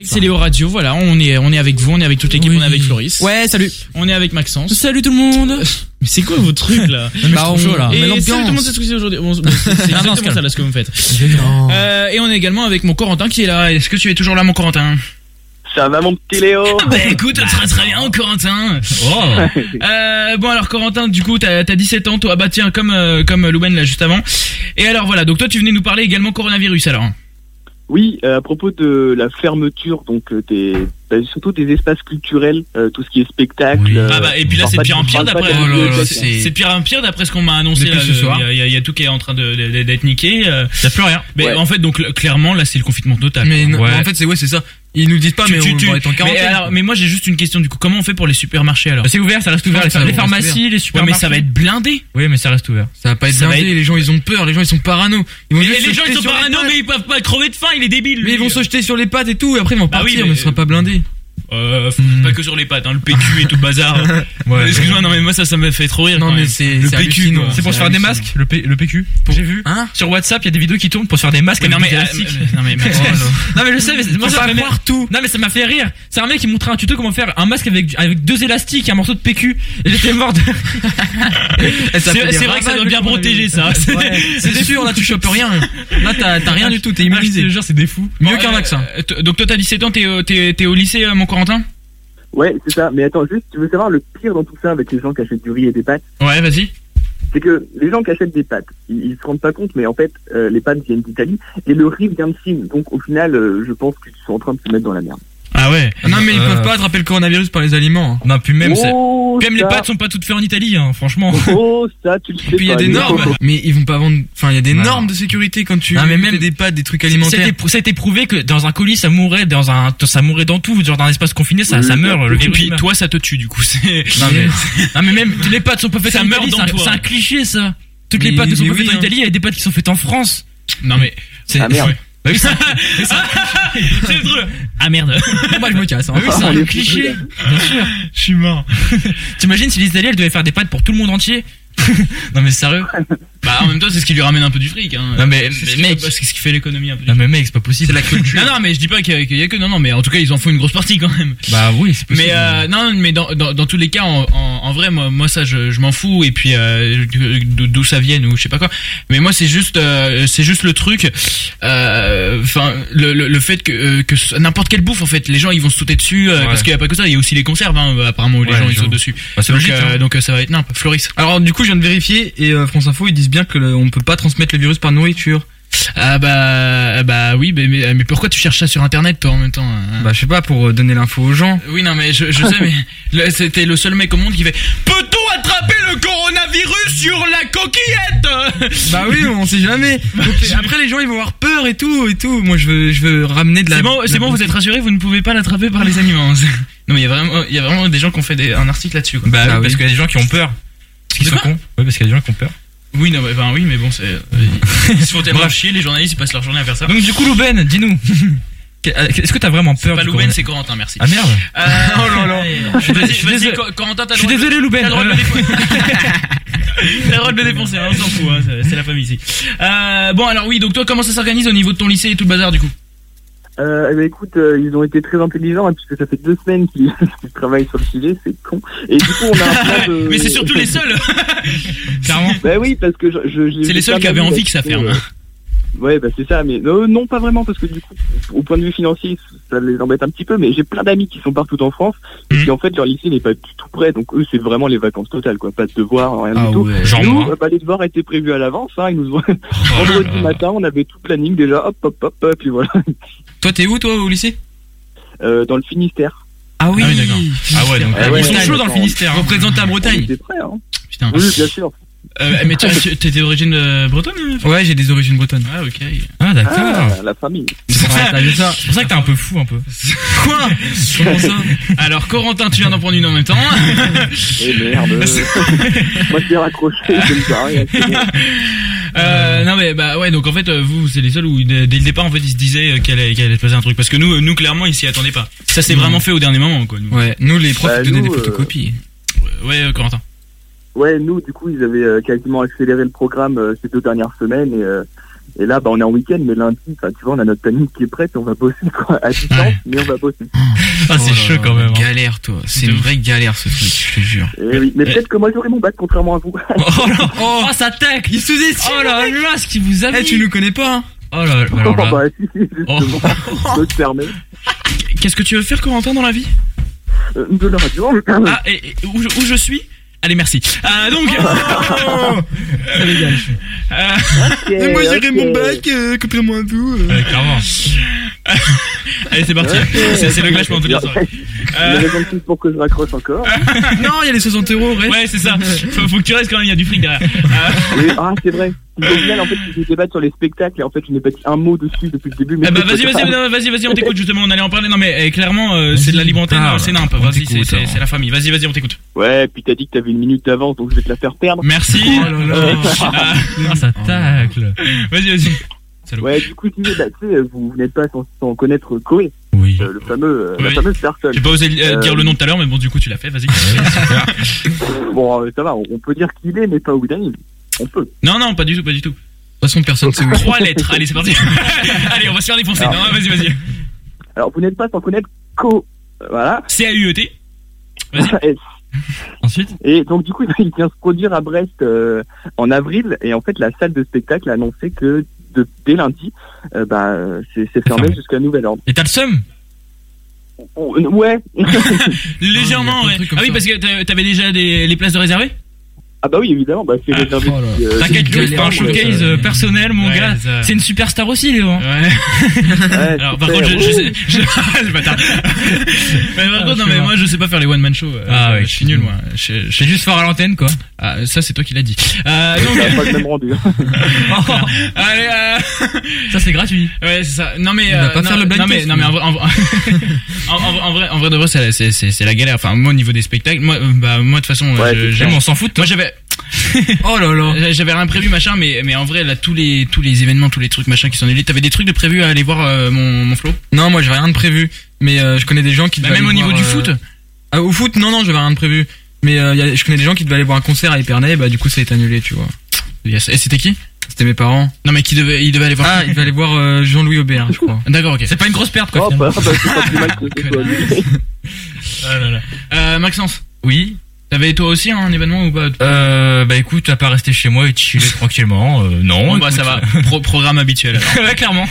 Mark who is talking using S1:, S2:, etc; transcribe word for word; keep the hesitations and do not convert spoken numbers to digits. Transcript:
S1: C'est Léo Radio, voilà, on est, on est avec vous, on est avec toute l'équipe,
S2: oui.
S1: on est avec Floris.
S2: Ouais, salut.
S1: On est avec Maxence.
S2: Salut tout le monde.
S1: Mais c'est quoi vos trucs là?
S2: Bah, on, chaud, là.
S1: Et
S2: on
S1: salut tout le monde, c'est ce que c'est aujourd'hui. Bon, c'est exactement
S2: non,
S1: ça là ce que vous me faites. Euh, et on est également avec mon Corentin qui est là. Est-ce que tu es toujours là, mon Corentin?
S3: Ça va mon petit Léo?
S1: Bah écoute, très très bien, Corentin. Oh. euh, bon alors Corentin, du coup t'as t'as dix-sept ans, toi. Ah bah tiens, comme euh, comme Louben là juste avant. Et alors voilà, donc toi tu venais nous parler également coronavirus alors.
S3: Oui, euh, à propos de la fermeture, donc euh, des, bah, surtout des espaces culturels, euh, tout ce qui est spectacle.
S1: Oui.
S3: Euh,
S1: ah bah et puis là c'est de pire en pire d'après.
S2: Oh là là, c'est
S1: c'est pire en pire d'après ce qu'on m'a annoncé
S2: depuis
S1: là,
S2: ce soir.
S1: Il y, y, y a tout qui est en train de, de, d'être niqué. Euh,
S2: y a plus rien.
S1: Mais
S3: ouais.
S1: en fait donc clairement là c'est le confinement total.
S2: Mais non,
S1: ouais.
S2: en fait c'est ouais c'est ça. Ils nous disent pas
S1: tu,
S2: mais
S1: tu,
S2: on
S1: tu,
S2: va être en quarantaine.
S1: Mais, alors, mais moi j'ai juste une question du coup. Comment on fait pour les supermarchés alors?
S2: Bah, c'est ouvert, ça reste ouvert.
S1: Les,
S2: les pharmacies, les supermarchés.
S1: Ouais, mais ça va être blindé.
S2: Oui, mais ça reste ouvert. Ça va pas être
S1: ça
S2: blindé.
S1: Être...
S2: Les gens ils ont peur. Les gens ils sont parano. Ils vont
S1: mais
S2: juste
S1: les gens ils sont
S2: sur
S1: parano, mais ils peuvent pas crever de faim. Il est débile.
S2: Mais
S1: lui.
S2: ils vont se jeter sur les pattes et tout. Et après ils vont
S1: bah
S2: partir,
S1: oui, mais,
S2: mais ce sera pas blindé.
S1: Euh, mmh. Pas que sur les pattes, hein, le P Q et tout le bazar.
S2: Ouais,
S1: excuse-moi, non mais moi ça, ça me fait trop rire.
S2: Non mais c'est
S1: le P Q, quoi.
S4: C'est pour se faire des masques, le, P, le P Q.
S2: J'ai vu.
S4: Hein? Sur WhatsApp, il y a des vidéos qui tournent pour se faire des masques.
S1: Oui, non, mais,
S4: euh,
S1: non mais,
S4: oh, non mais je sais, mais moi ça
S2: me fait
S4: tout. Non mais ça m'a fait rire. C'est un mec qui montrait un tuto comment faire un masque avec avec deux élastiques et un morceau de P Q. Et j'étais mort de.
S1: c'est c'est vrai que ça doit bien protéger ça.
S2: Ouais, c'est sûr, là tu chopes rien. Là t'as t'as rien du tout, t'es immunisé.
S4: Je te jure, c'est des fous.
S2: Mieux qu'un vaccin.
S1: Donc toi t'as dix-sept ans, t'es t'es t'es au lycée, mon Corentin?
S3: Ouais, c'est ça. Mais attends, juste, tu veux savoir le pire dans tout ça avec les gens qui achètent du riz et des pâtes?
S1: Ouais, vas-y.
S3: C'est que les gens qui achètent des pâtes, ils, ils se rendent pas compte, mais en fait, euh, les pâtes viennent d'Italie et le riz vient de Chine. Donc au final, euh, je pense qu'ils sont en train de se mettre dans la merde.
S1: Ah ouais.
S2: Non mais ils
S4: euh...
S2: peuvent pas attraper le coronavirus par les aliments.
S4: Non puis même
S3: oh,
S4: même
S3: ça...
S4: les pâtes sont pas toutes faites en Italie, hein, franchement.
S3: Oh ça tu le sais.
S2: Et puis il y a des normes. Mais ils vont pas vendre. Enfin il y a des non. normes de sécurité quand tu.
S4: Non mais même
S2: fais des pâtes, des trucs alimentaires.
S4: Ça a été prouvé que dans un colis ça mourrait, dans un ça mourrait dans tout, genre dans un espace confiné ça oui, ça meurt. Le
S1: et puis meurt. Toi ça te tue du coup. C'est...
S4: Non mais non mais même les pâtes sont pas faites en Italie, c'est un cliché ça. Toutes les pâtes ne sont pas faites en Italie, il y a des pâtes qui sont faites en France.
S1: Non mais
S3: c'est ah, merde.
S4: Bah oui, c'est
S1: c'est le truc. Ah merde.
S4: Bon bah je me casse. Hein. Bah oui, c'est un cliché. Bien sûr.
S1: Je suis mort.
S4: T'imagines si les Italiens devaient faire des pâtes pour tout le monde entier? Non mais sérieux.
S1: Bah en même temps c'est ce qui lui ramène un peu du fric hein.
S4: Non mais,
S1: c'est
S4: mais mec,
S1: c'est ce qui fait l'économie un peu.
S4: Non mais mec, c'est pas possible.
S2: C'est la culture.
S1: Non non mais je dis pas qu'il y, a, qu'il y a que non non mais en tout cas ils en font une grosse partie quand même.
S4: Bah oui, c'est possible.
S1: Mais euh, non mais dans, dans dans tous les cas en, en, en vrai moi moi ça je, je m'en fous et puis euh, d'où ça vienne ou je sais pas quoi. Mais moi c'est juste euh, c'est juste le truc enfin euh, le, le le fait que euh, que n'importe quelle bouffe en fait les gens ils vont se sauter dessus euh, ouais. Parce qu'il y a pas que ça, il y a aussi les conserves hein, apparemment où les ouais, gens ils sautent dessus.
S4: Bah, c'est
S1: donc
S4: logique,
S1: euh,
S4: hein.
S1: donc ça va être nimp. Floris.
S2: Alors du coup je viens de vérifier et euh, France Info ils disent bien que le, on peut pas transmettre le virus par nourriture.
S1: Ah bah bah oui mais, mais mais pourquoi tu cherches ça sur internet toi en même temps hein?
S2: Bah je sais pas pour donner l'info aux gens.
S1: Oui non mais je, je sais mais le, c'était le seul mec au monde qui fait peut-on attraper le coronavirus sur la coquillette?
S2: Bah oui on sait jamais. Donc, après les gens ils vont avoir peur et tout et tout. Moi je veux je veux ramener de la.
S1: C'est bon c'est bon vous êtes rassurés, vous ne pouvez pas l'attraper par les aliments. Non mais il y a vraiment il y a vraiment des gens qui ont fait des, un article là-dessus quoi.
S4: Bah
S2: ah,
S4: oui,
S2: oui.
S4: Parce qu'il y a des gens qui ont peur. Parce qu'ils sont cons. Oui parce qu'il y a des gens qui ont peur.
S1: Oui, non, bah, ben oui, mais bon, c'est. Euh, ils se font tellement chier, les journalistes, ils passent leur journée à faire ça.
S4: Donc, du coup, Louben, dis-nous. Est-ce que t'as vraiment peur?
S1: C'est pas Louben, c'est Corentin, merci.
S4: Ah merde.
S1: Euh, oh là là. Vas-y, vas-y, Corentin, t'as le droit.
S4: Je suis désolé, Louben.
S1: T'as le droit de le défoncer. T'as le droit de le défoncer, on s'en fout, hein, c'est la famille ici. Euh, bon, alors oui, donc toi, comment ça s'organise au niveau de ton lycée et tout le bazar, du coup?
S3: Euh, eh ben écoute, euh, ils ont été très intelligents hein, puisque ça fait deux semaines qu'ils, qu'ils travaillent sur le sujet, c'est con. Et du coup, on a un plan de.
S1: Mais c'est surtout les seuls. Clairement.
S3: Bah oui, parce que je. je
S1: c'est les seuls qui avaient envie que ça ferme.
S3: Euh, ouais, bah c'est ça, mais euh, non, pas vraiment, parce que du coup, au point de vue financier, ça les embête un petit peu. Mais j'ai plein d'amis qui sont partout en France et mmh. qui en fait leur lycée n'est pas du tout prêt, donc eux c'est vraiment les vacances totales, quoi, pas de devoirs, rien
S2: ah
S3: du tout.
S2: Ouais.
S4: Genre
S3: nous,
S4: moi.
S3: bah, les devoirs étaient prévus à l'avance, hein, ils nous ont oh vendredi matin, on avait tout planning déjà, hop, hop, hop, hop, puis voilà.
S2: Toi t'es où toi au lycée?
S3: Euh, dans le Finistère.
S2: Ah oui,
S4: ah oui d'accord. Ah ouais, donc
S3: ah ouais,
S4: ils sont
S3: ouais,
S4: chauds dans le Finistère.
S2: Représente la Bretagne.
S3: C'est prêt, hein.
S1: Putain.
S3: Oui, bien sûr.
S1: Euh, mais tu t'es d'origine euh, bretonne?
S2: Ouais, j'ai des origines bretonnes.
S1: Ah ok.
S4: Ah d'accord.
S3: Ah, la famille.
S4: C'est pour ça, ça. C'est pour ça que t'es un peu fou un peu.
S1: Quoi? Comment ça? Alors Corentin, tu viens d'en prendre une en même temps.
S3: Eh merde. Moi je l'ai raccroché, je me pareil.
S1: Euh, non mais bah ouais donc en fait vous c'est les seuls où dès, dès le départ en fait ils se disaient qu'elle allait, qu'elle allait se passer un truc parce que nous nous clairement ils s'y attendaient pas. Ça s'est mmh. vraiment fait au dernier moment quoi. Nous.
S2: Ouais, nous les profs
S3: bah,
S2: donnaient
S3: nous,
S2: des photocopies.
S1: Euh... Ouais, euh, Corentin.
S3: Ouais, nous du coup ils avaient euh, quasiment accéléré le programme euh, ces deux dernières semaines et euh, Et là, bah, on est en week-end, mais lundi, enfin, tu vois, on a notre planning qui est prêt, et on va bosser, quoi, à distance, ouais. mais on va bosser.
S4: Ah, c'est
S2: oh
S4: chaud quand même.
S2: Galère, toi. C'est une vraie galère, ce truc, je te jure.
S3: Et oui, mais et... peut-être que moi, j'aurai mon bac, contrairement à vous.
S4: Oh là, oh, ça tacle. Il sous-estime. Oh là là, ce qui vous a mis.
S2: Eh, tu nous connais pas, hein.
S4: Oh là, alors là.
S3: Oh, bah, si, si, justement. Oh. Je te permets.
S1: Qu'est-ce que tu veux faire, Corentin, dans la vie?
S3: euh, De la radio.
S1: Ah, et, et où, où je suis? Allez, merci. Euh, donc. Oh
S2: ça dégage.
S1: Euh...
S3: Okay,
S2: moi, j'irai
S3: okay.
S2: mon bac, euh, contrairement à vous. Euh...
S4: Ouais, clairement.
S1: Allez, c'est parti. Okay. C'est, c'est le clash pendant toute la soirée.
S3: Il y a raison de plus pour que je raccroche encore.
S2: Non, il y a les soixante euros, reste.
S1: Ouais, c'est ça. Faut, faut que tu restes quand même, il y a du fric derrière. Euh...
S3: Oui, ah, c'est vrai. Au final, en fait, je débat sur les spectacles et en fait, je n'ai pas dit un mot dessus depuis le début. Mais
S1: ah bah, vas-y, vas-y, vas-y, vas-y, vas-y, on t'écoute justement, on allait en parler. Non, mais eh, clairement, euh, c'est de la libre antenne, c'est nimp. Vas-y, c'est, c'est, c'est la famille. Vas-y, vas-y, on t'écoute.
S3: Ouais, puis t'as dit que t'avais une minute d'avance, donc je vais te la faire perdre.
S1: Merci.
S2: Oh là là.
S4: Ah, ça tacle.
S1: Vas-y, vas-y.
S3: Salut. Ouais, du coup, tu sais, bah, tu sais, vous n'êtes pas sans, sans connaître Koé.
S4: Oui.
S3: Euh, le fameux, euh,
S1: oui.
S3: La fameuse personne.
S1: J'ai pas osé euh, dire le nom tout à l'heure, mais bon, du coup, tu l'as fait, vas-y.
S3: Bon, euh, ça va, on, on peut dire qui il est, mais pas où il est. On peut.
S1: Non, non, pas du tout, pas du tout.
S2: De toute façon, personne sait où.
S1: Trois lettres, allez, c'est parti. Allez, on va se faire défoncer. Alors, non, vas-y, vas-y.
S3: Alors, vous n'êtes pas sans connaître Ko. Euh, voilà.
S1: C A U E T. Vas-y.
S4: Ensuite.
S3: Et donc, du coup, il vient se produire à Brest euh, en avril. Et en fait, la salle de spectacle a annoncé que de, dès lundi, euh, bah, c'est, c'est fermé enfin, jusqu'à nouvel ordre.
S4: Et t'as le seum?
S3: Oh, euh, ouais.
S1: Légèrement, ouais. Ah oui, ça. Parce que t'avais déjà des, les places de réservées?
S3: Ah bah oui, évidemment, bah c'est réservé.
S4: Ah, oh euh, T'inquiète, c'est pas un showcase euh, personnel, mon ouais, gars. Ça... C'est une superstar aussi, Léo.
S1: Ouais. ouais alors par contre, je, je sais, je, je bâtard. Mais par ah, contre, non, mais moi, je sais pas faire les one man show.
S4: Ah ouais,
S1: je suis nul, moi. Je, je...
S4: C'est juste fort à l'antenne, quoi.
S1: Ah, ça, c'est toi qui l'as dit. Euh, donc.
S3: Ça pas le même rendu.
S1: oh, allez, euh...
S4: ça c'est gratuit.
S1: Ouais, c'est ça. Non mais,
S2: euh, pas
S1: non,
S2: faire le blind
S1: non mais, non mais en vrai, en, en, en vrai, en vrai de vrai, c'est, c'est, c'est, c'est la galère. Enfin, moi, au niveau des spectacles, moi, bah, moi, de toute façon,
S3: ouais,
S1: je,
S4: j'aime, on s'en fout.
S1: Moi, j'avais.
S2: Oh là là.
S1: J'avais rien prévu machin, mais mais en vrai là tous les tous les événements, tous les trucs machin qui sont annulés. T'avais des trucs de prévu à aller voir euh, mon mon Flo?
S2: Non, moi j'avais rien de prévu, mais euh, je connais des gens qui.
S1: Bah, même au niveau
S2: voir,
S1: du
S2: euh...
S1: foot.
S2: Ah, au foot, non non, j'avais rien de prévu, mais euh, y a, je connais des gens qui devaient aller voir un concert à Épernay, bah du coup ça a été annulé, tu vois.
S1: Yes. Et c'était qui? C'était
S2: mes parents.
S1: Non mais qui devait ils devaient aller voir?
S2: Ah, ils devaient aller voir euh, Jean-Louis Aubert, je crois.
S1: D'accord, ok.
S4: C'est pas une grosse perte quoi.
S3: Oh, bah, bah, c'est pas plus mal que ce soit.
S1: Ah là là. Euh, Maxence.
S4: Oui.
S1: T'avais toi aussi un événement ou pas?
S4: Euh, bah écoute, tu vas pas rester chez moi et chiller tranquillement. Euh, non.
S1: Bon, bah ça va. Pro- programme habituel. Alors.
S4: Ouais, clairement.